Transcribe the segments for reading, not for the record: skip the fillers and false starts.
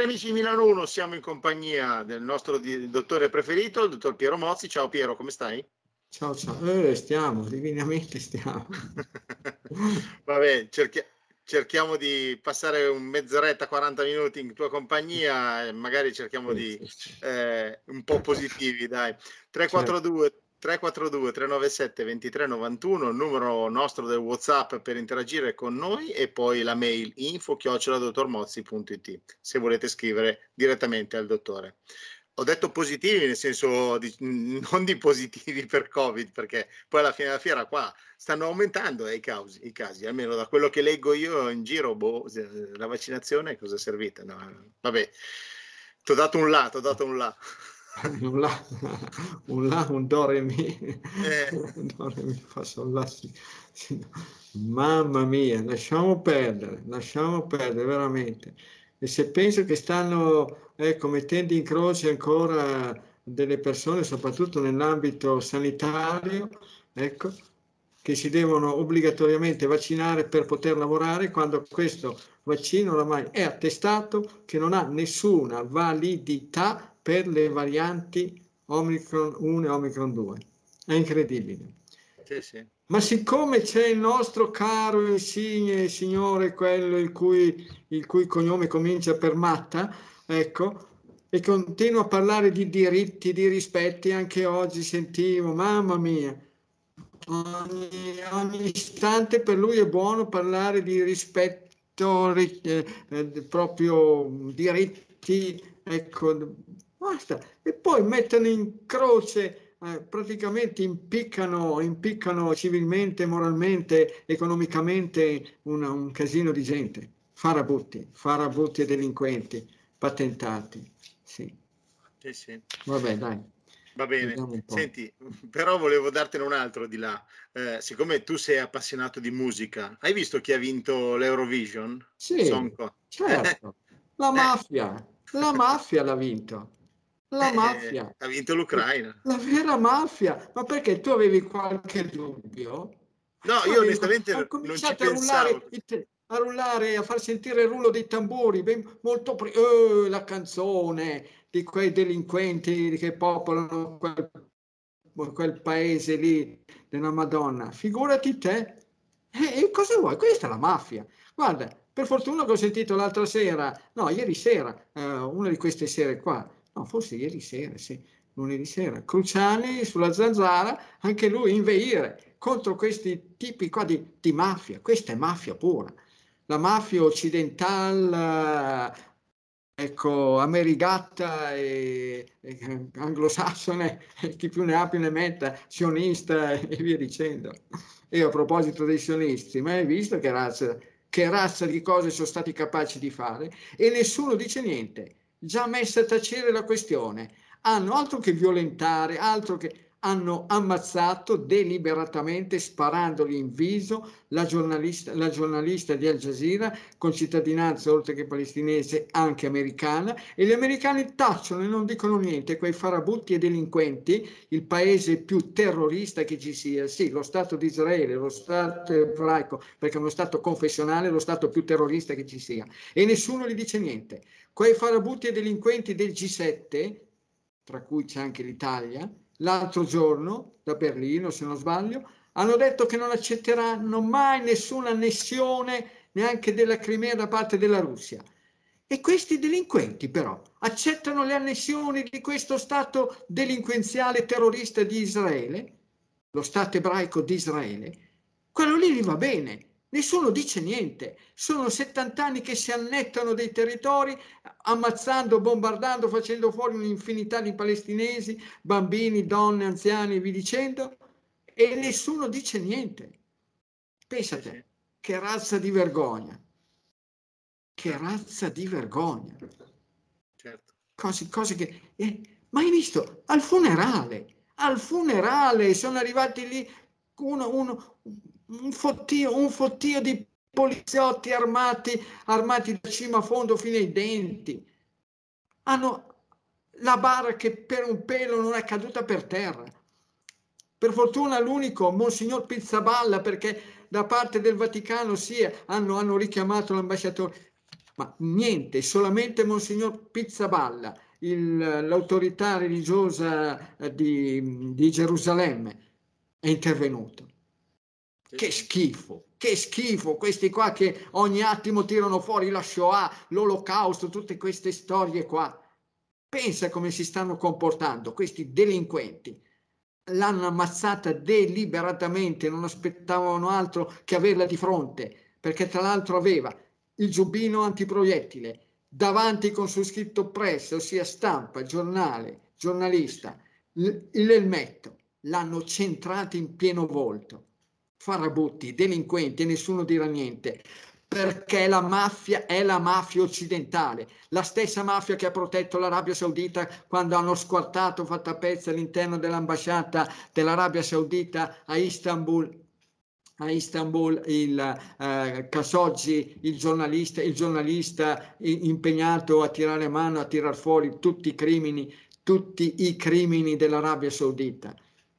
amici di Milano 1, siamo in compagnia del nostro dottore preferito, il dottor Piero Mozzi. Ciao Piero, come stai? Ciao, stiamo, divinamente stiamo. Vabbè, cerchiamo di passare un mezz'oretta, 40 minuti in tua compagnia e magari cerchiamo di Sì. un po' positivi, dai. Certo. 342 397 2391, il numero nostro del WhatsApp per interagire con noi, e poi la mail info@dottormozzi.it se volete scrivere direttamente al dottore. Ho detto positivi nel senso non di positivi per Covid, perché poi alla fine della fiera qua stanno aumentando i casi, almeno da quello che leggo io in giro. La vaccinazione cosa è servita? No, vabbè, ti ho dato un là. Un do re mi, Eh, un do re mi fa sol la si. Mamma mia, lasciamo perdere veramente. E se penso che stanno, mettendo in croce ancora delle persone, soprattutto nell'ambito sanitario, ecco, che si devono obbligatoriamente vaccinare per poter lavorare, quando questo vaccino oramai è attestato che non ha nessuna validità per le varianti Omicron 1 e Omicron 2. È incredibile. sì. Ma siccome c'è il nostro caro insigne signore, quello il cui cognome comincia per Matta, ecco, e continua a parlare di diritti, di rispetti, anche oggi sentivo, mamma mia, ogni istante per lui è buono parlare di rispetto, proprio diritti, ecco, basta. E poi mettono in croce, praticamente impiccano civilmente, moralmente, economicamente un casino di gente, farabutti e delinquenti, patentati. Sì. Sì. Vabbè, dai. Va bene, Vediamo un po'. senti, però volevo dartene un altro di là. Siccome tu sei appassionato di musica, hai visto chi ha vinto l'Eurovision? Sì, certo. La mafia l'ha vinto. La mafia. Ha vinto l'Ucraina. La vera mafia. Ma perché tu avevi qualche dubbio? No, Tu io avevi, hanno onestamente non ci cominciato pensavo. a rullare, a far sentire il rullo dei tamburi, molto la canzone di quei delinquenti che popolano quel paese lì della Madonna. Figurati te. E cosa vuoi? Questa è la mafia. Guarda, per fortuna che ho sentito l'altra sera, no, ieri sera, una di queste sere qua, no, forse ieri sera, sì, lunedì sera, Cruciani sulla Zanzara, anche lui inveire contro questi tipi qua di mafia. Questa è mafia pura. La mafia occidentale, ecco, amerigatta e anglosassone, chi più ne ha più ne metta, sionista e via dicendo. E a proposito dei sionisti, ma hai visto che razza di cose sono stati capaci di fare? E nessuno dice niente, già messa a tacere la questione. Hanno altro che violentare, altro che hanno ammazzato deliberatamente, sparandogli in viso, la giornalista di Al Jazeera, con cittadinanza oltre che palestinese anche americana, e gli americani tacciono e non dicono niente. Quei farabutti e delinquenti, il paese più terrorista che ci sia, sì, lo Stato di Israele, lo Stato ebraico, perché è uno Stato confessionale, lo Stato più terrorista che ci sia, e nessuno gli dice niente. Quei farabutti e delinquenti del G7, tra cui c'è anche l'Italia, l'altro giorno, da Berlino se non sbaglio, hanno detto che non accetteranno mai nessuna annessione neanche della Crimea da parte della Russia. E questi delinquenti però accettano le annessioni di questo Stato delinquenziale terrorista di Israele, lo Stato ebraico di Israele. Quello lì gli va bene, nessuno dice niente. Sono 70 anni che si annettano dei territori, ammazzando, bombardando, facendo fuori un'infinità di palestinesi, bambini, donne, anziani e via dicendo, e nessuno dice niente. Pensate, Sì. che razza di vergogna. Che razza di vergogna. Certo. Cose che... ma hai visto? Al funerale sono arrivati lì un fottio di poliziotti armati da cima a fondo fino ai denti. Hanno la bara che per un pelo non è caduta per terra. Per fortuna l'unico, Monsignor Pizzaballa, perché da parte del Vaticano sì, hanno richiamato l'ambasciatore. ma niente, solamente Monsignor Pizzaballa, l'autorità religiosa di Gerusalemme, è intervenuto. Che schifo, questi qua che ogni attimo tirano fuori la Shoah, l'Olocausto, tutte queste storie qua. Pensa come si stanno comportando questi delinquenti. L'hanno ammazzata deliberatamente, non aspettavano altro che averla di fronte, perché tra l'altro aveva il giubbino antiproiettile, davanti con su scritto press, ossia stampa, giornale, giornalista, l'elmetto, l'hanno centrato in pieno volto. Farabutti, delinquenti, e nessuno dirà niente, perché la mafia è la mafia occidentale, la stessa mafia che ha protetto l'Arabia Saudita quando hanno squartato, fatto a pezzi all'interno dell'ambasciata dell'Arabia Saudita a Istanbul, il Khashoggi, il giornalista impegnato a tirare mano, a tirar fuori tutti i crimini dell'Arabia Saudita.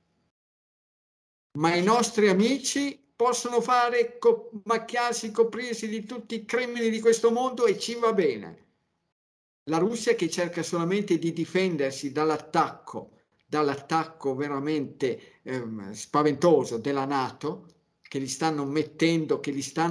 Ma i nostri amici possono fare, macchiarsi, coprirsi di tutti i crimini di questo mondo e ci va bene. La Russia che cerca solamente di difendersi dall'attacco veramente spaventoso della NATO, che gli stanno mettendo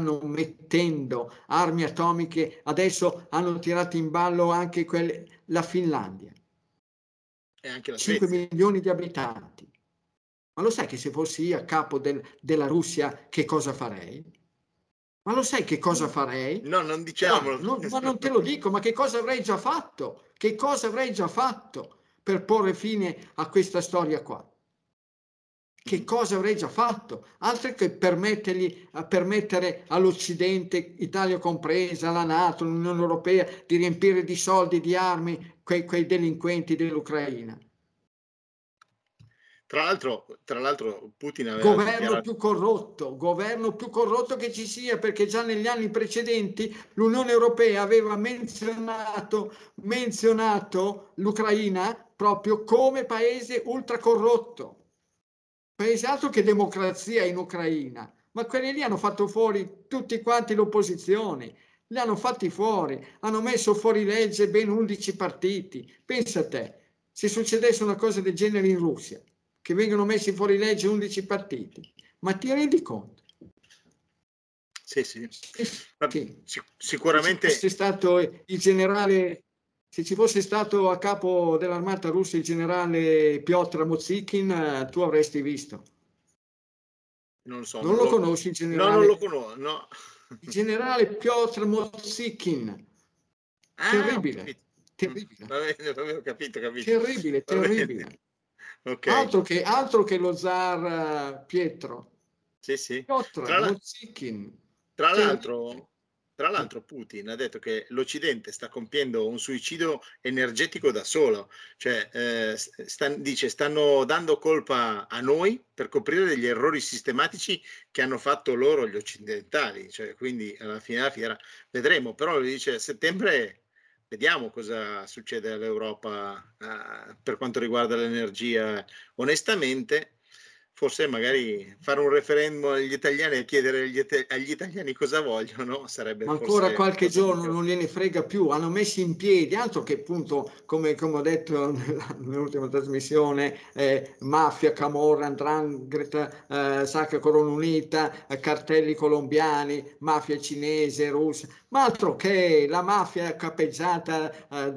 armi atomiche. Adesso hanno tirato in ballo anche la Finlandia. E anche la 5 Svezia. milioni di abitanti. Ma lo sai che se fossi io a capo della Russia che cosa farei? Ma lo sai che cosa farei? No, non diciamolo. Ma non te lo dico, ma che cosa avrei già fatto? Che cosa avrei già fatto per porre fine a questa storia qua? Che cosa avrei già fatto? Altro che permettere all'Occidente, Italia compresa, la NATO, l'Unione Europea, di riempire di soldi, di armi quei delinquenti dell'Ucraina. Tra l'altro Putin aveva Governo più corrotto che ci sia, perché già negli anni precedenti l'Unione Europea aveva menzionato l'Ucraina proprio come paese ultracorrotto. Paese altro che democrazia in Ucraina, ma quelli lì hanno fatto fuori tutti quanti l'opposizione, li hanno fatti fuori, hanno messo fuori legge ben 11 partiti. Pensa a te, se succedesse una cosa del genere in Russia, che vengono messi fuori legge 11 partiti, ma ti rendi conto? Sì. Sì. Sicuramente. Se ci fosse stato il generale, se ci fosse stato a capo dell'armata russa il generale Piotr Mozykin, tu avresti visto. Non lo so. Non lo conosci il generale? No, non lo conosco, no. Il generale Piotr Mozykin. Terribile. Ho capito. Terribile. Okay. Altro che lo zar Pietro. Sì. Piotr Mozykin. Tra l'altro Putin ha detto che l'Occidente sta compiendo un suicidio energetico da solo, cioè dice stanno dando colpa a noi per coprire degli errori sistematici che hanno fatto loro gli occidentali, cioè, quindi alla fine della fiera vedremo, però lui dice a settembre vediamo cosa succede all'Europa per quanto riguarda l'energia. Onestamente forse magari fare un referendum agli italiani e chiedere agli italiani cosa vogliono sarebbe Ma ancora forse qualche giorno migliore. non gliene frega più, hanno messo in piedi, altro che appunto, come ho detto nell'ultima trasmissione, mafia, camorra, 'ndrangheta, Sacra Corona Unita, cartelli colombiani, mafia cinese, russa, ma altro che la mafia capeggiata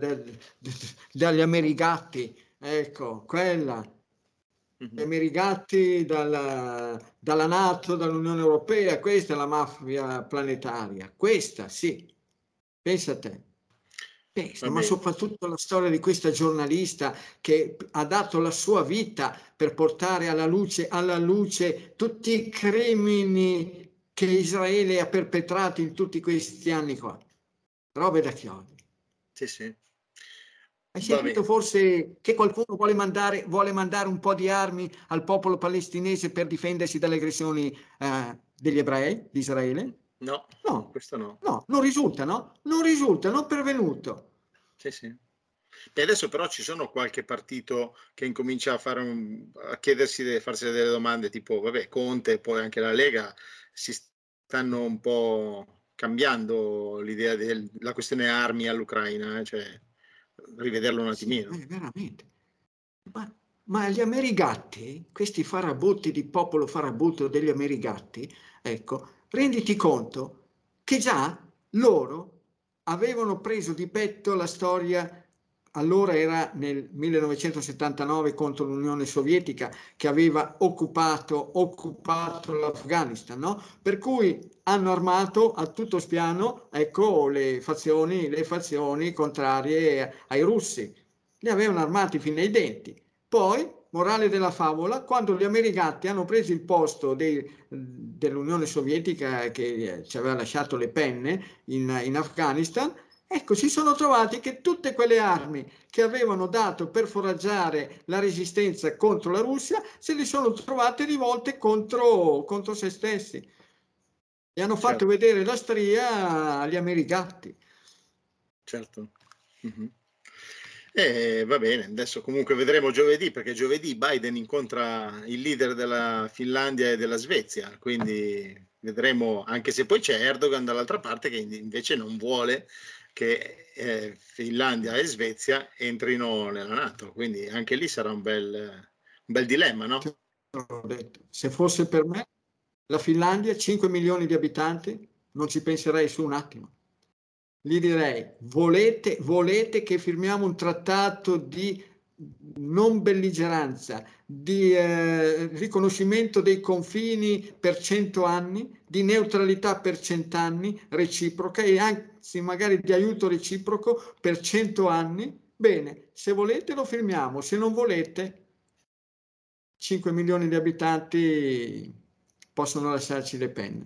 dagli amerigatti, ecco, quella. Amerigatti dalla NATO, dall'Unione Europea, questa è la mafia planetaria, questa sì, pensa a te. Pensa, ma soprattutto la storia di questa giornalista che ha dato la sua vita per portare alla luce tutti i crimini che Israele ha perpetrato in tutti questi anni qua. Robe da chiodi. Sì. Hai sentito forse che qualcuno vuole mandare un po' di armi al popolo palestinese per difendersi dalle aggressioni degli ebrei di Israele? No, No, questo no. no, non risulta, no? Non risulta, non pervenuto. Sì. E adesso però ci sono qualche partito che incomincia a chiedersi, farsi delle domande tipo, vabbè, Conte e poi anche la Lega si stanno un po' cambiando l'idea della questione armi all'Ucraina, cioè rivederlo un attimino. Sì, veramente. Ma gli Amerigatti, questi farabutti di popolo farabutto degli Amerigatti, ecco, renditi conto che già loro avevano preso di petto la storia, allora era nel 1979 contro l'Unione Sovietica che aveva occupato l'Afghanistan, no? Per cui hanno armato a tutto spiano, ecco, le fazioni contrarie ai russi. Li avevano armati fino ai denti. Poi, morale della favola, quando gli Amerigatti hanno preso il posto dell'Unione Sovietica che ci aveva lasciato le penne in Afghanistan, ecco, si sono trovati che tutte quelle armi che avevano dato per foraggiare la resistenza contro la Russia se li sono trovate rivolte contro se stessi. E hanno fatto vedere la stria agli Amerigatti. Certo. Mm-hmm. Va bene, adesso comunque vedremo giovedì, perché giovedì Biden incontra il leader della Finlandia e della Svezia, quindi vedremo, anche se poi c'è Erdogan dall'altra parte che invece non vuole che Finlandia e Svezia entrino nella NATO, quindi anche lì sarà un bel dilemma, no? Se fosse per me, la Finlandia, 5 milioni di abitanti, non ci penserei su un attimo. Gli direi, volete che firmiamo un trattato di non belligeranza, di riconoscimento dei confini per 100 anni, di neutralità per 100 anni, reciproca, e anzi magari di aiuto reciproco per 100 anni? Bene, se volete lo firmiamo, se non volete 5 milioni di abitanti possono lasciarci le penne.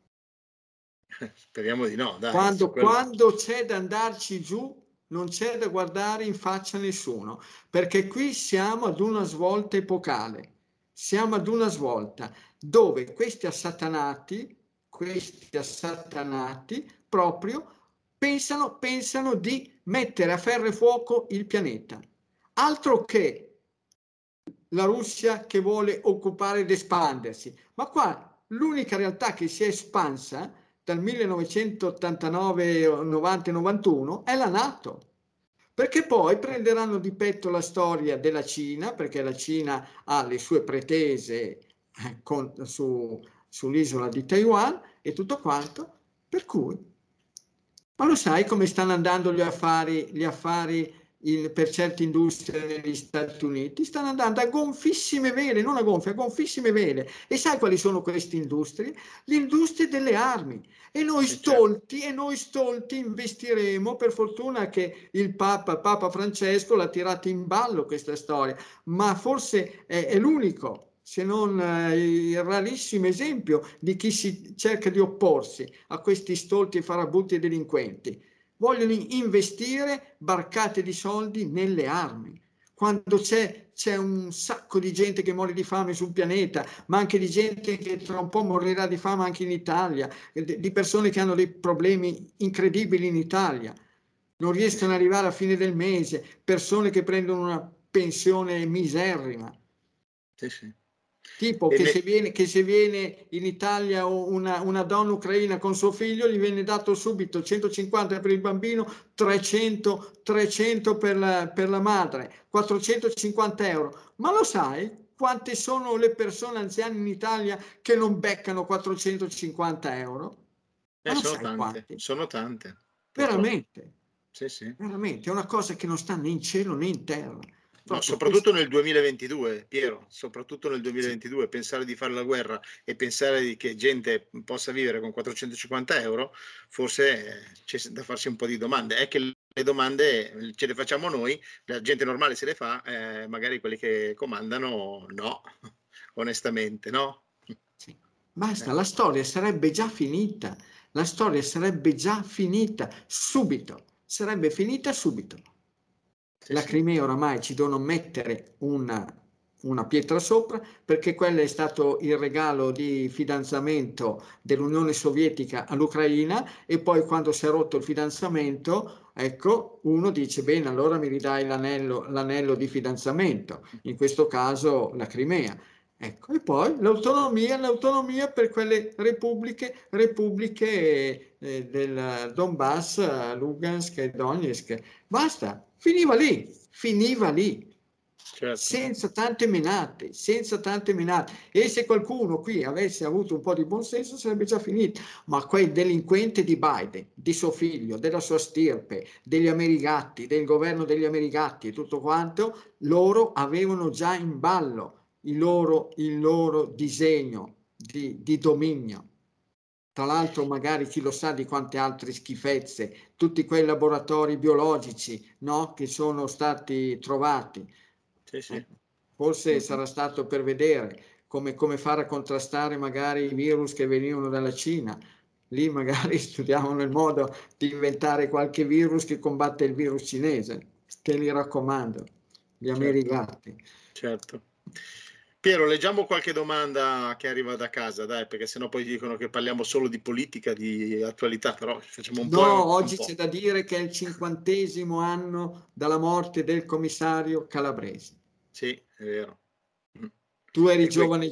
Speriamo di no, dai. Quando c'è da andarci giù, non c'è da guardare in faccia a nessuno, perché qui siamo ad una svolta epocale, siamo ad una svolta dove questi assatanati proprio pensano di mettere a ferro e fuoco il pianeta. Altro che la Russia che vuole occupare ed espandersi, ma qua l'unica realtà che si è espansa dal 1989, 90 e 91 è la NATO, perché poi prenderanno di petto la storia della Cina, perché la Cina ha le sue pretese sull'isola di Taiwan e tutto quanto, per cui, ma lo sai come stanno andando gli affari per certe industrie negli Stati Uniti? Stanno andando a gonfissime vele, non a gonfie, a gonfissime vele. E sai quali sono queste industrie? Le industrie delle armi. E noi stolti investiremo, per fortuna che il Papa Francesco l'ha tirata in ballo questa storia, ma forse è l'unico, se non il rarissimo esempio di chi si cerca di opporsi a questi stolti farabutti e delinquenti. Vogliono investire barcate di soldi nelle armi, quando c'è un sacco di gente che muore di fame sul pianeta, ma anche di gente che tra un po' morirà di fame anche in Italia, di persone che hanno dei problemi incredibili in Italia, non riescono ad arrivare a fine del mese, persone che prendono una pensione miserrima. Sì. Tipo che se viene in Italia una donna ucraina con suo figlio, gli viene dato subito 150 per il bambino, 300 per la madre, 450 euro. Ma lo sai quante sono le persone anziane in Italia che non beccano 450 euro? Ma sono tante. Veramente. Sì. Veramente, è una cosa che non sta né in cielo né in terra. No, soprattutto nel 2022, Piero, soprattutto nel 2022, pensare di fare la guerra e pensare che gente possa vivere con 450 euro, forse c'è da farsi un po' di domande. È che le domande ce le facciamo noi, la gente normale se le fa, magari quelli che comandano no, onestamente, no? Sì. Basta, la storia sarebbe già finita, subito, sarebbe finita subito. La Crimea oramai ci devono mettere una pietra sopra, perché quello è stato il regalo di fidanzamento dell'Unione Sovietica all'Ucraina, e poi quando si è rotto il fidanzamento, ecco, uno dice bene, allora mi ridai l'anello di fidanzamento, in questo caso la Crimea. Ecco, e poi l'autonomia per quelle repubbliche del Donbass, Lugansk e Donetsk. Basta, finiva lì. Certo. Senza tante menate. E se qualcuno qui avesse avuto un po' di buonsenso sarebbe già finito. Ma quel delinquente di Biden, di suo figlio, della sua stirpe, degli Amerigatti, del governo degli Amerigatti e tutto quanto, loro avevano già in ballo il loro disegno di dominio. Tra l'altro magari chi lo sa di quante altre schifezze, tutti quei laboratori biologici, no, che sono stati trovati. Sì. Forse sarà stato per vedere come fare a contrastare magari i virus che venivano dalla Cina. Lì magari studiavano il modo di inventare qualche virus che combatte il virus cinese. Te li raccomando, gli Amerigatti. Certo. Piero, leggiamo qualche domanda che arriva da casa, dai, perché sennò poi dicono che parliamo solo di politica, di attualità, però facciamo un po'. Oggi c'è da dire che è il 50° anno dalla morte del commissario Calabresi. Sì, è vero. Tu eri giovane.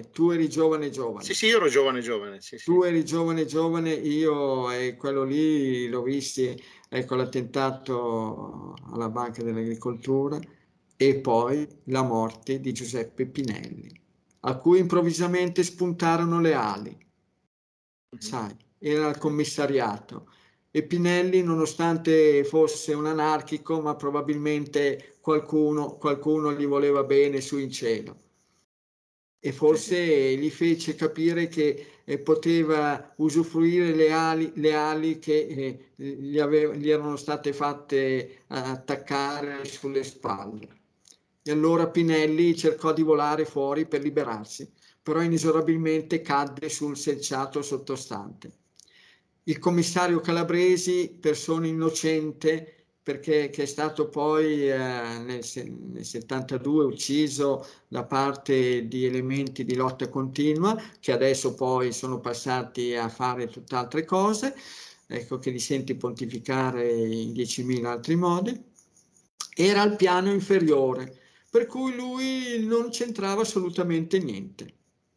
Sì, io ero giovane. Sì. Tu eri giovane, io e quello lì l'ho visti, ecco, l'attentato alla Banca dell'Agricoltura e poi la morte di Giuseppe Pinelli, a cui improvvisamente spuntarono le ali. Sai, era al commissariato e Pinelli, nonostante fosse un anarchico, ma probabilmente qualcuno gli voleva bene su in cielo. E forse gli fece capire che poteva usufruire le ali che gli erano state fatte attaccare sulle spalle. E allora Pinelli cercò di volare fuori per liberarsi, però inesorabilmente cadde sul selciato sottostante. Il commissario Calabresi, persona innocente, perché che è stato poi nel 72 ucciso da parte di elementi di lotta continua, che adesso poi sono passati a fare tutt'altre cose, ecco che li senti pontificare in 10.000 altri modi, era al piano inferiore, per cui lui non c'entrava assolutamente niente.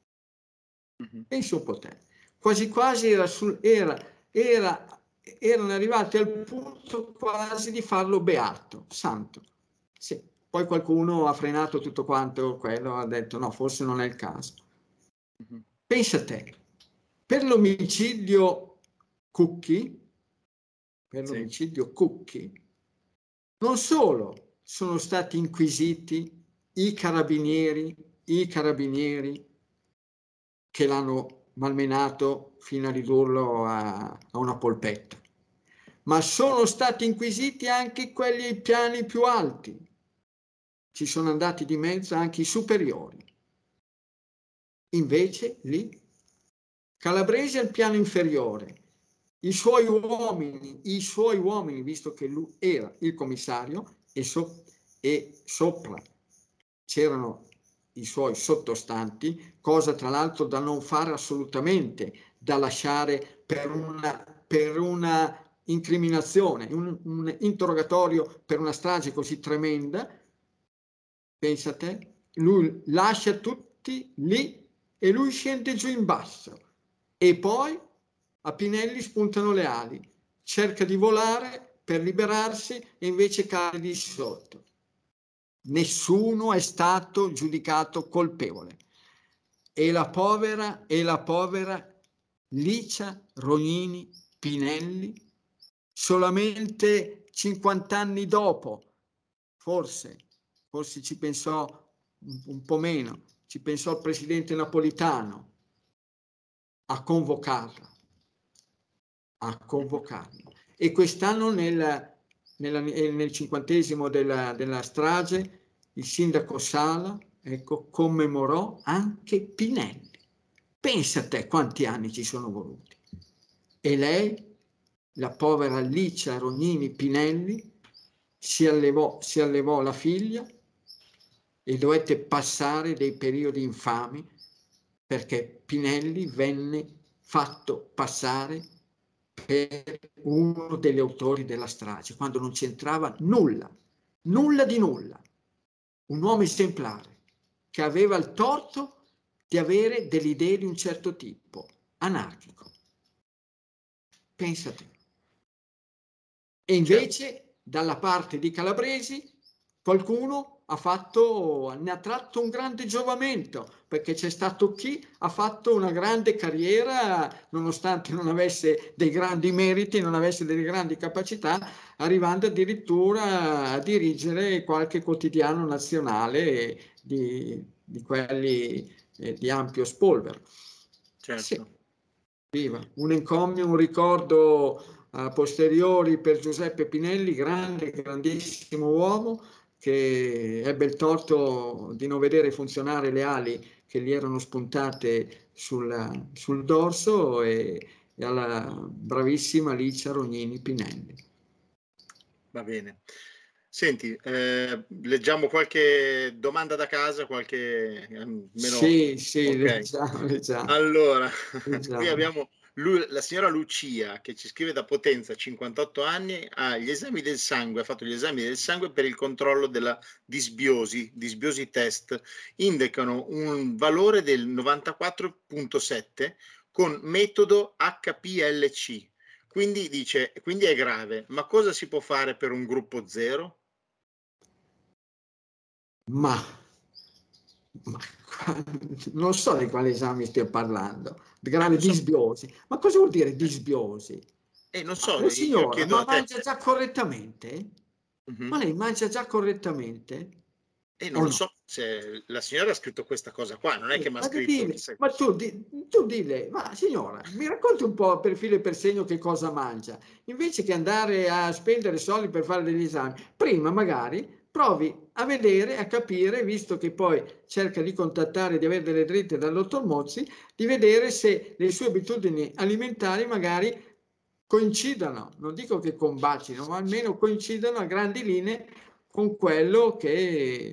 Penso un po' te. Quasi quasi erano arrivati al punto quasi di farlo beato, santo. Sì. Poi qualcuno ha frenato tutto quanto quello, ha detto no, forse non è il caso. Pensa a te, per l'omicidio Cucchi, non solo sono stati inquisiti i carabinieri che l'hanno malmenato fino a ridurlo a una polpetta, ma sono stati inquisiti anche quelli ai piani più alti. Ci sono andati di mezzo anche i superiori. Invece lì Calabresi al piano inferiore, i suoi uomini, visto che lui era il commissario e sopra c'erano i suoi sottostanti, cosa tra l'altro da non fare assolutamente, da lasciare per una incriminazione, un interrogatorio per una strage così tremenda. Pensa a te, lui lascia tutti lì e lui scende giù in basso e poi a Pinelli spuntano le ali, cerca di volare per liberarsi e invece cade di sotto. Nessuno è stato giudicato colpevole e la povera Licia Rognini Pinelli, solamente 50 anni dopo, forse ci pensò un po' meno, ci pensò il presidente Napolitano a convocarla. E quest'anno nel 50° della strage il sindaco Sala, ecco, commemorò anche Pinelli. Pensa a te quanti anni ci sono voluti. E lei, la povera Licia Rognini Pinelli, si allevò la figlia e dovette passare dei periodi infami perché Pinelli venne fatto passare per uno degli autori della strage, quando non c'entrava nulla di nulla. Un uomo esemplare che aveva il torto di avere delle idee di un certo tipo, anarchico. Pensate. E invece dalla parte di Calabresi qualcuno ne ha tratto un grande giovamento, perché c'è stato chi ha fatto una grande carriera nonostante non avesse dei grandi meriti, non avesse delle grandi capacità, arrivando addirittura a dirigere qualche quotidiano nazionale di quelli di ampio spolvero. Certo. Sì. Viva. Un encomio, un ricordo a posteriori per Giuseppe Pinelli, grandissimo uomo, che ebbe il torto di non vedere funzionare le ali che gli erano spuntate sul dorso, e alla bravissima Licia Rognini Pinelli. Va bene. Senti, leggiamo qualche domanda da casa, qualche Sì, okay. leggiamo. Allora, qui Leggiamo. abbiamo la signora Lucia che ci scrive da Potenza, 58 anni, ha fatto gli esami del sangue per il controllo della disbiosi test, indicano un valore del 94.7 con metodo HPLC. Quindi dice, quindi è grave, ma cosa si può fare per un gruppo 0? Ma non so di quale esame stia parlando, grave Non so, disbiosi. Ma cosa vuol dire disbiosi? non Ma so, la io signora, chiedo ma a te. mangia già correttamente? Mhm. Ma lei mangia già correttamente? E O non lo no? so se la signora ha scritto questa cosa qua, non è che mi ha Ma scritto dile, chissà. ma tu dille, ma signora, mi racconti un po' per filo e per segno che cosa mangia, invece che andare a spendere soldi per fare degli esami. Prima magari provi a vedere, a capire, visto che poi cerca di contattare, di avere delle dritte dal dottor Mozzi, di vedere se le sue abitudini alimentari magari coincidano, non dico che combacino, ma almeno coincidano a grandi linee con quello che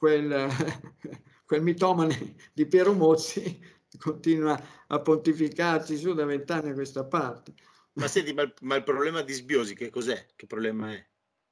quel mitomane di Piero Mozzi continua a pontificarci su da 20 anni a questa parte. Ma senti, ma il problema di sbiosi che cos'è? Che problema è?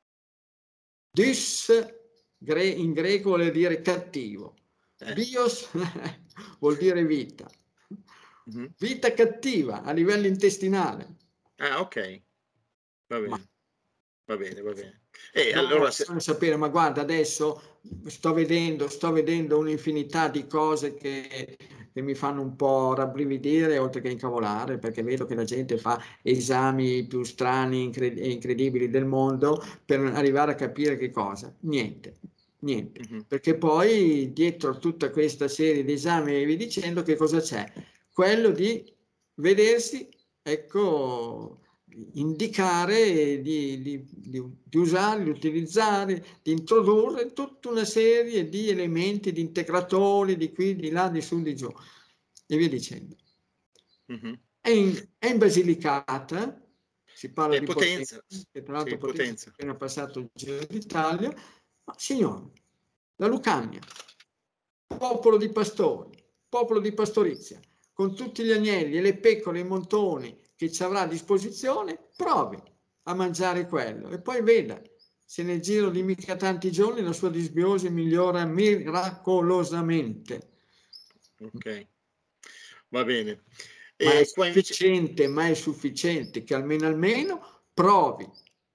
Dys in greco vuol dire cattivo, bios vuol dire vita, Mhm. vita cattiva a livello intestinale. Ah, ok, va Ma bene, va bene, va bene. E no, allora bisogna sapere, ma guarda, adesso sto vedendo un'infinità di cose che mi fanno un po' rabbrividire, oltre che incavolare, perché vedo che la gente fa esami più strani e incredibili del mondo per arrivare a capire che cosa. Niente, perché poi dietro a tutta questa serie di esami e via dicendo, che cosa c'è? Quello di vedersi, ecco, indicare, di usare, di utilizzare, di introdurre tutta una serie di elementi, di integratori, di qui, di là, di su, di giù, e via dicendo. È in Basilicata, si parla di Potenza, Potenza, che tra l'altro sì, Potenza è Potenza. appena passato il Giro d'Italia, ma signore, la Lucania, popolo di pastori, popolo di pastorizia, con tutti gli agnelli e le pecore e i montoni che ci avrà a disposizione, provi a mangiare quello e poi veda se nel giro di mica tanti giorni la sua disbiosi migliora miracolosamente. Ok, va bene. Ma è E qua invece, sufficiente che almeno provi,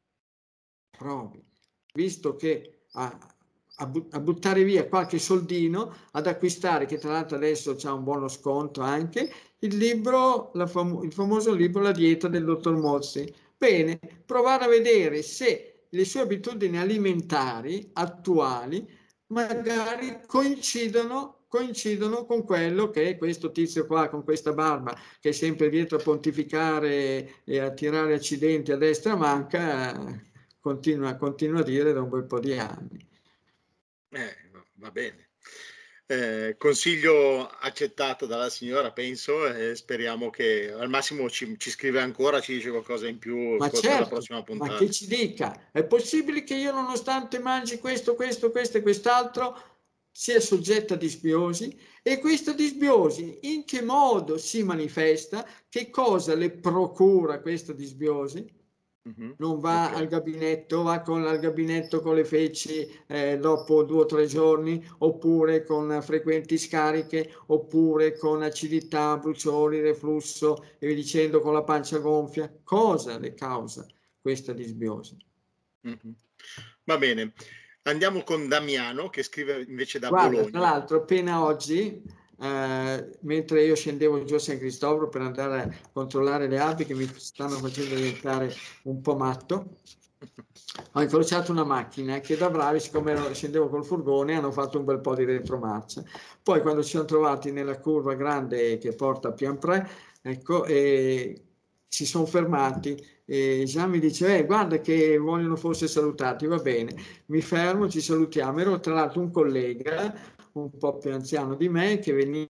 visto che a buttare via qualche soldino, ad acquistare, che tra l'altro adesso c'è un buono sconto anche, il libro, il famoso libro La dieta del dottor Mozzi. Bene, provare a vedere se le sue abitudini alimentari attuali magari coincidono con quello che è questo tizio qua con questa barba, che è sempre dietro a pontificare e a tirare accidenti a destra manca, continua a dire da un bel po' di anni. va bene. Consiglio accettato dalla signora, penso, e speriamo che al massimo ci scrive ancora, ci dice qualcosa in più Ma per la certo, prossima ma che puntata. ci dica, è possibile che io nonostante mangi questo e quest'altro sia soggetta a disbiosi? E questa disbiosi in che modo si manifesta? Che cosa le procura questa disbiosi? Non va al Ok. gabinetto, va al gabinetto con le feci dopo 2 o 3 giorni, oppure con frequenti scariche, oppure con acidità, bruciori, reflusso e via dicendo, con la pancia gonfia. Cosa le causa questa disbiosi? Mhm. Va bene. Andiamo con Damiano che scrive invece da Guarda, tra Bologna. l'altro appena oggi, mentre io scendevo giù a San Cristoforo per andare a controllare le api che mi stanno facendo diventare un po' matto, ho incrociato una macchina che da bravi, siccome scendevo col furgone, hanno fatto un bel po' di retromarcia. Poi quando ci siamo trovati nella curva grande che porta a Pianpré, ecco, si sono fermati e Jean mi dice, guarda che vogliono forse salutarti, va bene, mi fermo, ci salutiamo. Ero tra l'altro un collega un po' più anziano di me che veniva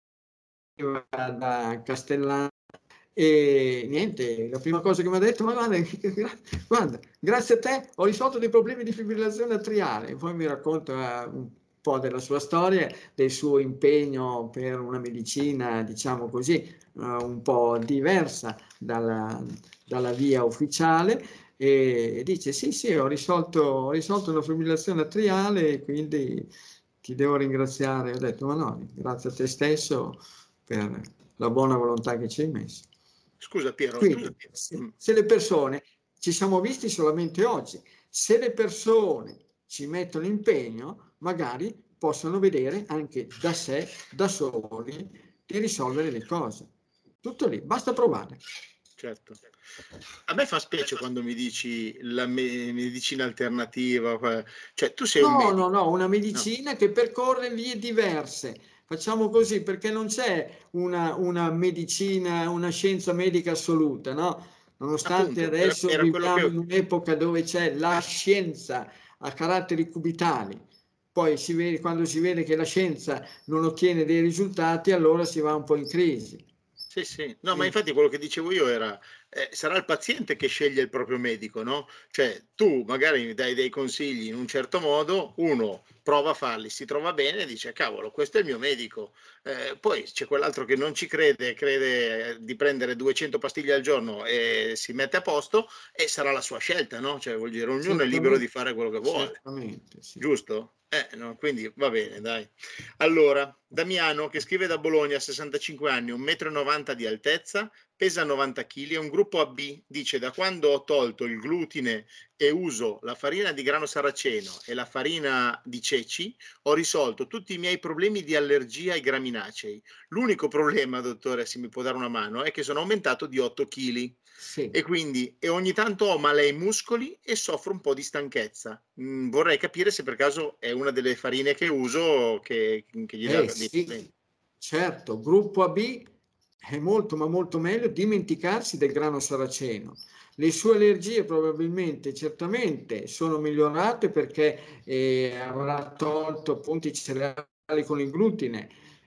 da Castellano e niente, la prima cosa che mi ha detto, ma guarda, guarda, grazie a te ho risolto dei problemi di fibrillazione atriale. Poi mi racconta un po' della sua storia, del suo impegno per una medicina, diciamo così, un po' diversa dalla via ufficiale e dice sì, sì, ho risolto una fibrillazione atriale e quindi ti devo ringraziare. Ho detto, ma no, grazie a te stesso per la buona volontà che ci hai messo. Scusa Piero. Quindi, Mm. se le persone, ci siamo visti solamente oggi, se le persone ci mettono impegno, magari possono vedere anche da sé, da soli, di risolvere le cose. Tutto lì, basta provare. Certo. A me fa specie quando mi dici la medicina alternativa, cioè tu sei un No, no, medico. no, una No, medicina che percorre vie diverse. Facciamo così perché non c'è una medicina, una scienza medica assoluta, no? Nonostante appunto, adesso era quello viviamo che... in un'epoca dove c'è la scienza a caratteri cubitali. Poi quando si vede che la scienza non ottiene dei risultati, allora si va un po' in crisi. Sì, sì, no, ma Eh, infatti quello che dicevo io era, sarà il paziente che sceglie il proprio medico, no? Cioè tu magari mi dai dei consigli in un certo modo, uno prova a farli, si trova bene e dice, cavolo, questo è il mio medico. Poi c'è quell'altro che non ci crede, crede di prendere 200 pastiglie al giorno e si mette a posto e sarà la sua scelta, no? Cioè vuol dire, ognuno è libero di certamente, fare quello che vuole. certamente, sì. Giusto? No, quindi va bene, dai. Allora, Damiano, che scrive da Bologna, 65 anni, 1,90 m di altezza, pesa 90 kg, è un gruppo AB, dice da quando ho tolto il glutine e uso la farina di grano saraceno e la farina di ceci, ho risolto tutti i miei problemi di allergia ai graminacei. L'unico problema, dottore, se mi può dare una mano, è che sono aumentato di 8 kg Sì. e quindi ogni tanto ho male ai muscoli e soffro un po' di stanchezza. Vorrei capire se per caso è una delle farine che uso che gli dà dei Sì, problemi. certo, gruppo AB è molto, ma molto meglio dimenticarsi del grano saraceno. Le sue allergie probabilmente, certamente, sono migliorate perché avrà tolto appunto i cereali con il glutine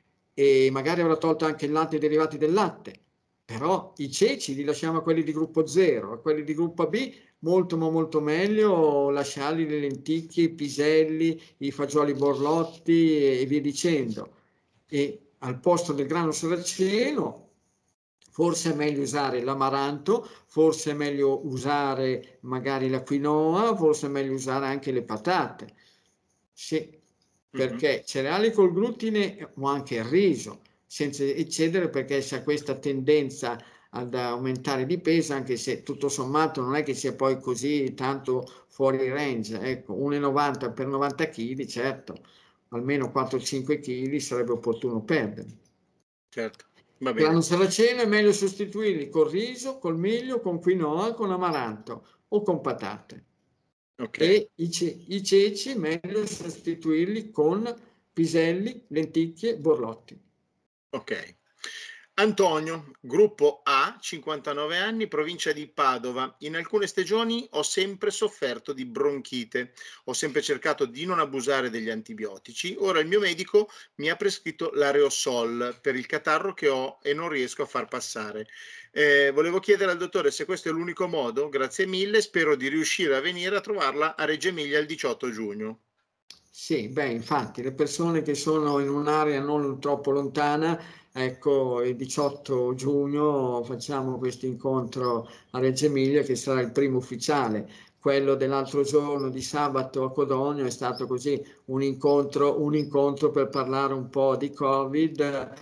e magari avrà tolto anche il latte e i derivati del latte. Però i ceci li lasciamo a quelli di gruppo 0, a quelli di gruppo AB molto ma molto meglio lasciarli le lenticchie, i piselli, i fagioli borlotti e via dicendo. E al posto del grano saraceno forse è meglio usare l'amaranto, forse è meglio usare magari la quinoa, forse è meglio usare anche le patate. Sì, Mhm. perché cereali col glutine o anche il riso, senza eccedere perché c'è questa tendenza ad aumentare di peso, anche se tutto sommato non è che sia poi così tanto fuori range. Ecco, 1,90 per 90 kg, certo, almeno 4-5 kg sarebbe opportuno perdere. Certo, va Grano bene. saraceno è meglio sostituirli col riso, col miglio, con quinoa, con amaranto o con patate. Ok, E i ceci è meglio sostituirli con piselli, lenticchie, borlotti. ok. Antonio, gruppo A, 59 anni, provincia di Padova. In alcune stagioni ho sempre sofferto di bronchite. Ho sempre cercato di non abusare degli antibiotici. Ora il mio medico mi ha prescritto l'Areosol per il catarro che ho e non riesco a far passare. Volevo chiedere al dottore se questo è l'unico modo. Grazie mille, spero di riuscire a venire a trovarla a Reggio Emilia il 18 giugno. Sì, beh, infatti le persone che sono in un'area non troppo lontana, ecco, il 18 giugno facciamo questo incontro a Reggio Emilia che sarà il primo ufficiale. Quello dell'altro giorno di sabato a Codogno è stato così un incontro per parlare un po' di Covid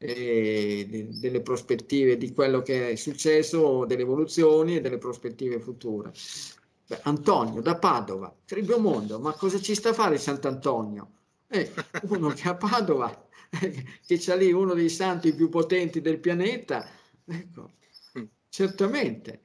e delle prospettive di quello che è successo, delle evoluzioni e delle prospettive future. Beh, Antonio da Padova, Mondo, ma cosa ci sta a fare Sant'Antonio? Uno che a Padova, che c'ha lì uno dei santi più potenti del pianeta, ecco, certamente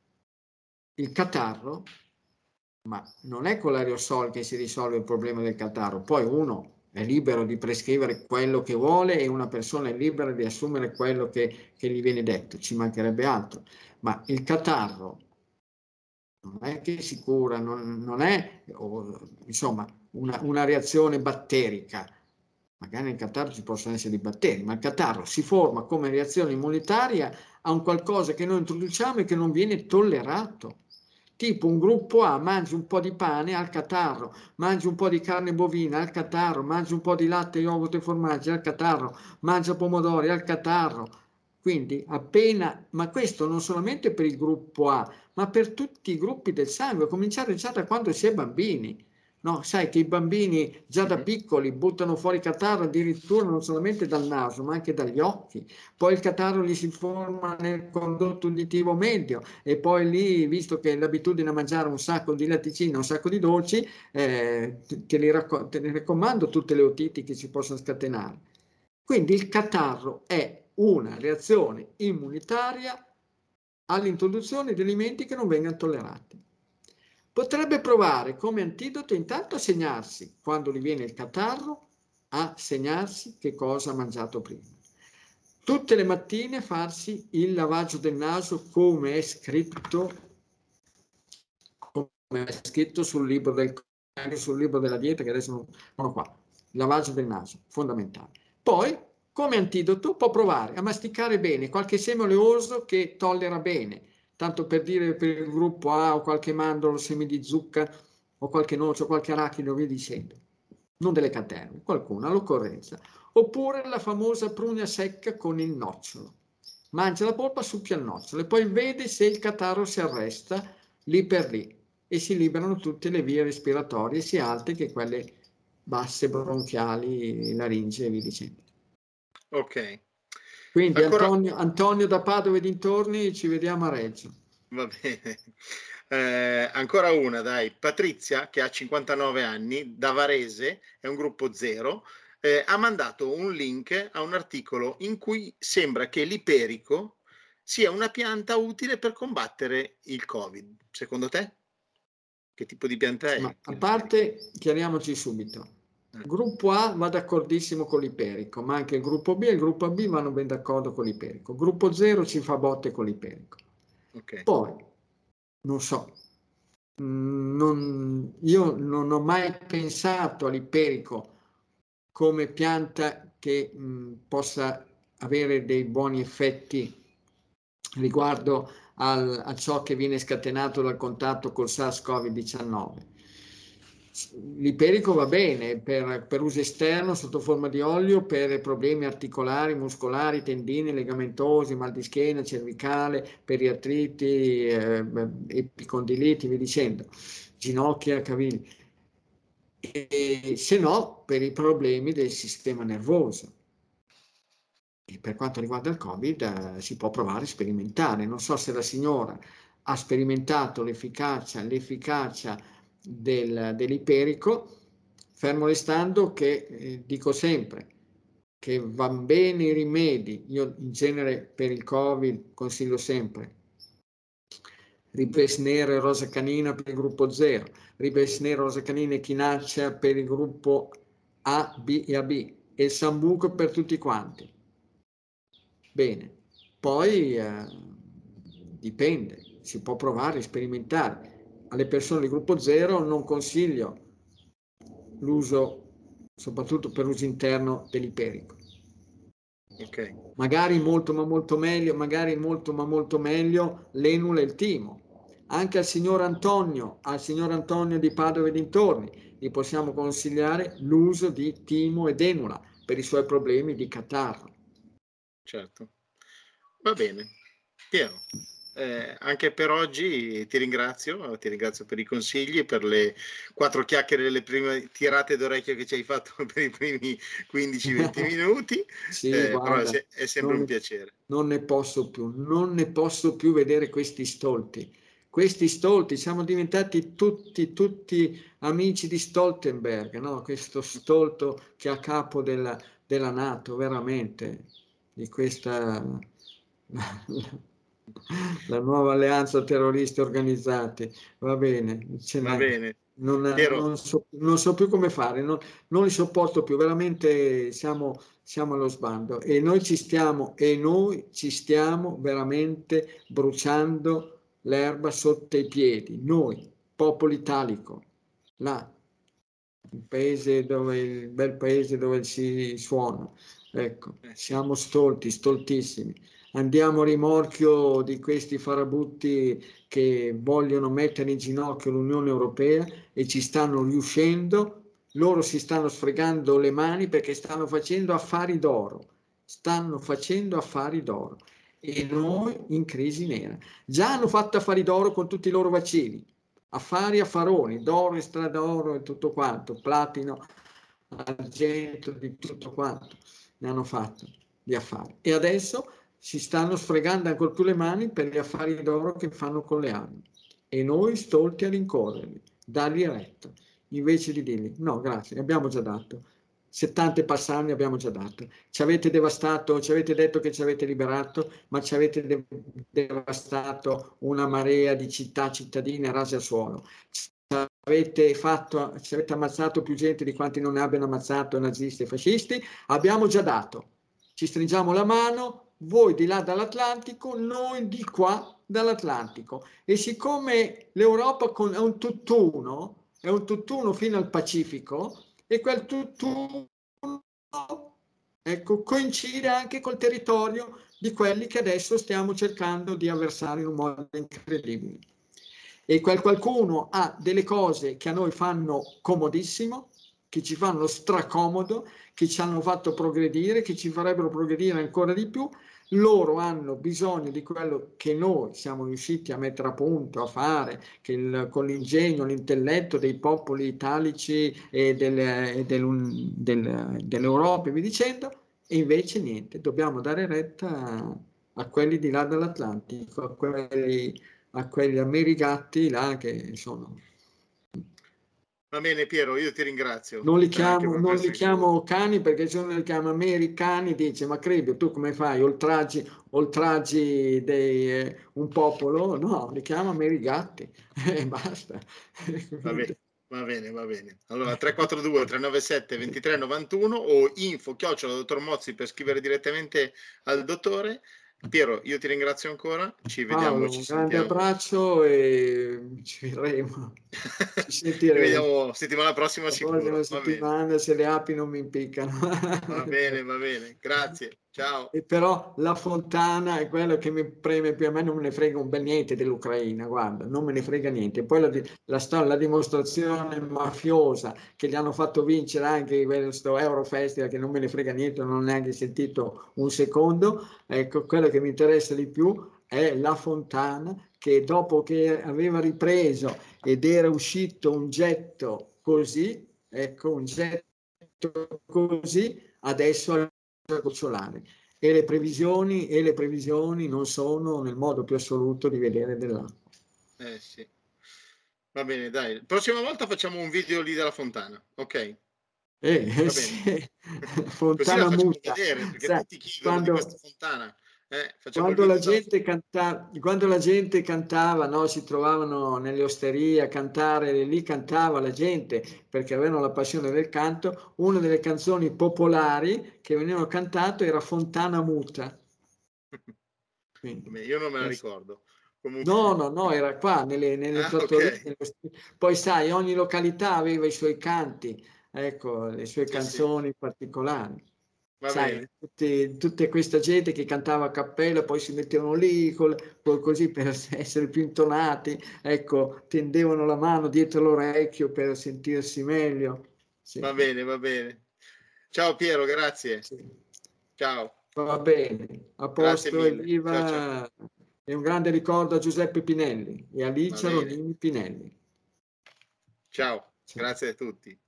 il catarro, ma non è con l'aerosol che si risolve il problema del catarro, poi uno è libero di prescrivere quello che vuole e una persona è libera di assumere quello che gli viene detto, ci mancherebbe altro, ma il catarro non è che si cura, non è insomma una reazione batterica. Magari nel catarro ci possono essere dei batteri, ma il catarro si forma come reazione immunitaria a un qualcosa che noi introduciamo e che non viene tollerato. Tipo un gruppo A mangi un po' di pane al catarro, mangi un po' di carne bovina al catarro, mangi un po' di latte, yogurt e formaggi al catarro, mangia pomodori al catarro. Quindi appena, ma questo non solamente per il gruppo A, ma per tutti i gruppi del sangue, a cominciare già da quando si è bambini. No, sai che i bambini già da piccoli buttano fuori catarro addirittura non solamente dal naso, ma anche dagli occhi. Poi il catarro gli si forma nel condotto uditivo medio e poi lì, visto che l'abitudine a mangiare un sacco di latticini, un sacco di dolci, te ne raccomando tutte le otiti che si possono scatenare. Quindi il catarro è una reazione immunitaria all'introduzione di alimenti che non vengano tollerati. Potrebbe provare come antidoto intanto a segnarsi, quando gli viene il catarro, a segnarsi che cosa ha mangiato prima. Tutte le mattine farsi il lavaggio del naso come è scritto sul libro della dieta, che adesso non ho qua. Il lavaggio del naso, fondamentale. Poi, come antidoto, può provare a masticare bene qualche seme oleoso che tollera bene, tanto per dire per il gruppo A o qualche mandorlo, semi di zucca o qualche noce o qualche arachide o via dicendo. Non delle caterme, qualcuna all'occorrenza. Oppure la famosa prugna secca con il nocciolo. Mangia la polpa, succhia il nocciolo e poi vede se il catarro si arresta lì per lì e si liberano tutte le vie respiratorie, sia alte che quelle basse, bronchiali, laringe e via dicendo. Ok. Quindi Ancora... Antonio da Padova e dintorni, ci vediamo a Reggio. Va bene. Ancora una, dai. Patrizia, che ha 59 anni, da Varese, è un gruppo 0, ha mandato un link a un articolo in cui sembra che l'iperico sia una pianta utile per combattere il Covid. Secondo te? Che tipo di pianta è? Ma a parte, chiariamoci subito, il gruppo A va d'accordissimo con l'iperico, ma anche il gruppo B e il gruppo B vanno ben d'accordo con l'iperico. Il gruppo 0 ci fa botte con l'iperico. Okay. Poi, non so, io non ho mai pensato all'iperico come pianta che possa avere dei buoni effetti riguardo a ciò che viene scatenato dal contatto col SARS-CoV-19. L'iperico va bene per uso esterno sotto forma di olio per problemi articolari, muscolari, tendini, legamentosi, mal di schiena, cervicale, periartriti, epicondiliti, via dicendo, ginocchia, cavigli. E se no per i problemi del sistema nervoso. E per quanto riguarda il Covid, si può provare a sperimentare. Non so se la signora ha sperimentato l'efficacia dell'iperico, fermo restando che dico sempre che van bene i rimedi. Io in genere per il Covid consiglio sempre ribes nero e rosa canina per il gruppo 0, ribes nero, rosa canina e chinacea per il gruppo A, B e AB e il sambuco per tutti quanti. Bene, poi dipende, si può provare, sperimentare. Alle persone di gruppo 0 non consiglio l'uso, soprattutto per uso interno, dell'iperico. Okay. Magari molto ma molto meglio l'enula e il timo. Anche al signor Antonio di Padova e dintorni, gli possiamo consigliare l'uso di timo ed enula per i suoi problemi di catarro. Certo, va bene. Piero, anche per oggi ti ringrazio per i consigli e per le 4 chiacchiere, le prime tirate d'orecchio che ci hai fatto per i primi 15-20 minuti, Sì, però guarda, è sempre un piacere. non ne posso più vedere questi stolti. Questi stolti, siamo diventati tutti amici di Stoltenberg, no? Questo stolto che è a capo della NATO, veramente, di questa la nuova alleanza terroristi organizzati. Va bene, Va bene. Piero, non so più come fare, non li sopporto più, veramente siamo allo sbando e noi ci stiamo veramente bruciando l'erba sotto i piedi, noi, popolo italico, là, il bel paese dove si suona. Ecco, siamo stoltissimi. Andiamo a rimorchio di questi farabutti che vogliono mettere in ginocchio l'Unione Europea e ci stanno riuscendo. Loro si stanno sfregando le mani perché stanno facendo affari d'oro. E noi in crisi nera. Già hanno fatto affari d'oro con tutti i loro vaccini. Affaroni, d'oro, estradoro e tutto quanto, platino, argento, di tutto quanto ne hanno fatto di affari. E adesso si stanno sfregando ancora più le mani per gli affari d'oro che fanno con le armi. E noi stolti a rincorrerli, dargli retta, invece di dirgli no, grazie, abbiamo già dato. 70 passani abbiamo già dato. Ci avete devastato, ci avete detto che ci avete liberato, ma ci avete devastato una marea di città, cittadine rase al suolo. Ci avete ammazzato più gente di quanti non ne abbiano ammazzato nazisti e fascisti. Abbiamo già dato. Ci stringiamo la mano, voi di là dall'Atlantico, noi di qua dall'Atlantico. E siccome l'Europa è un tutt'uno fino al Pacifico, e quel tutt'uno, ecco, coincide anche col territorio di quelli che adesso stiamo cercando di avversare in un modo incredibile. E qualcuno ha delle cose che a noi fanno comodissimo, che ci fanno stracomodo, che ci hanno fatto progredire, che ci farebbero progredire ancora di più. Loro hanno bisogno di quello che noi siamo riusciti a mettere a punto, a fare, con l'ingegno, l'intelletto dei popoli italici e dell'Europa e via dicendo, e invece niente, dobbiamo dare retta a quelli di là dall'Atlantico, a quegli amerigatti là che sono. va bene Piero, io ti ringrazio. Non li chiamo cani perché se uno li chiama americani dice ma credo tu come fai, oltraggi un popolo? No, li chiamo amerigatti e basta. Va bene. Allora 342 397 2391 o info@dottor Mozzi per scrivere direttamente al dottore. Piero, io ti ringrazio ancora, ci vediamo, Paolo, ci un grande sentiamo. abbraccio e ci vedremo. Ci Ci sentiremo. vediamo settimana prossima sicuro. La prossima settimana se le api non mi impiccano. Va bene, grazie, ciao. E però la Fontana è quello che mi preme più, a me non me ne frega un bel niente dell'Ucraina, guarda, non me ne frega niente. Poi la dimostrazione mafiosa che gli hanno fatto vincere anche questo Eurofestival, che non me ne frega niente, non ho neanche sentito un secondo. Ecco, quello che mi interessa di più è la Fontana, che dopo che aveva ripreso ed era uscito un getto così, ecco, adesso è a gocciolare. E le previsioni non sono nel modo più assoluto di vedere dell'acqua. Sì. Va bene, dai. Prossima volta facciamo un video lì della fontana, ok? Va bene. Sì. Così la Fontana facciamo muta. vedere, perché Sai, tutti chiedono di questa fontana. Facciamo il quando la video gente cantava, no, si trovavano nelle osterie a cantare, lì cantava la gente perché avevano la passione del canto. Una delle canzoni popolari che venivano cantate era Fontana Muta. Io non me la ricordo. Comunque... No, era qua nelle trattorie. Okay. Poi sai, ogni località aveva i suoi canti, ecco, le sue Sì. canzoni particolari. Va sai, bene. tutta questa gente che cantava a cappella, poi si mettevano lì così per essere più intonati, ecco, tendevano la mano dietro l'orecchio per sentirsi meglio. Sì, Va bene, va bene. Ciao Piero, grazie. sì. Ciao. Va bene, a Grazie posto, mille. Ciao, ciao. evviva, e un grande ricordo a Giuseppe Pinelli e a Va Licia bene. Ronini Pinelli. Ciao. Ciao. Grazie a tutti.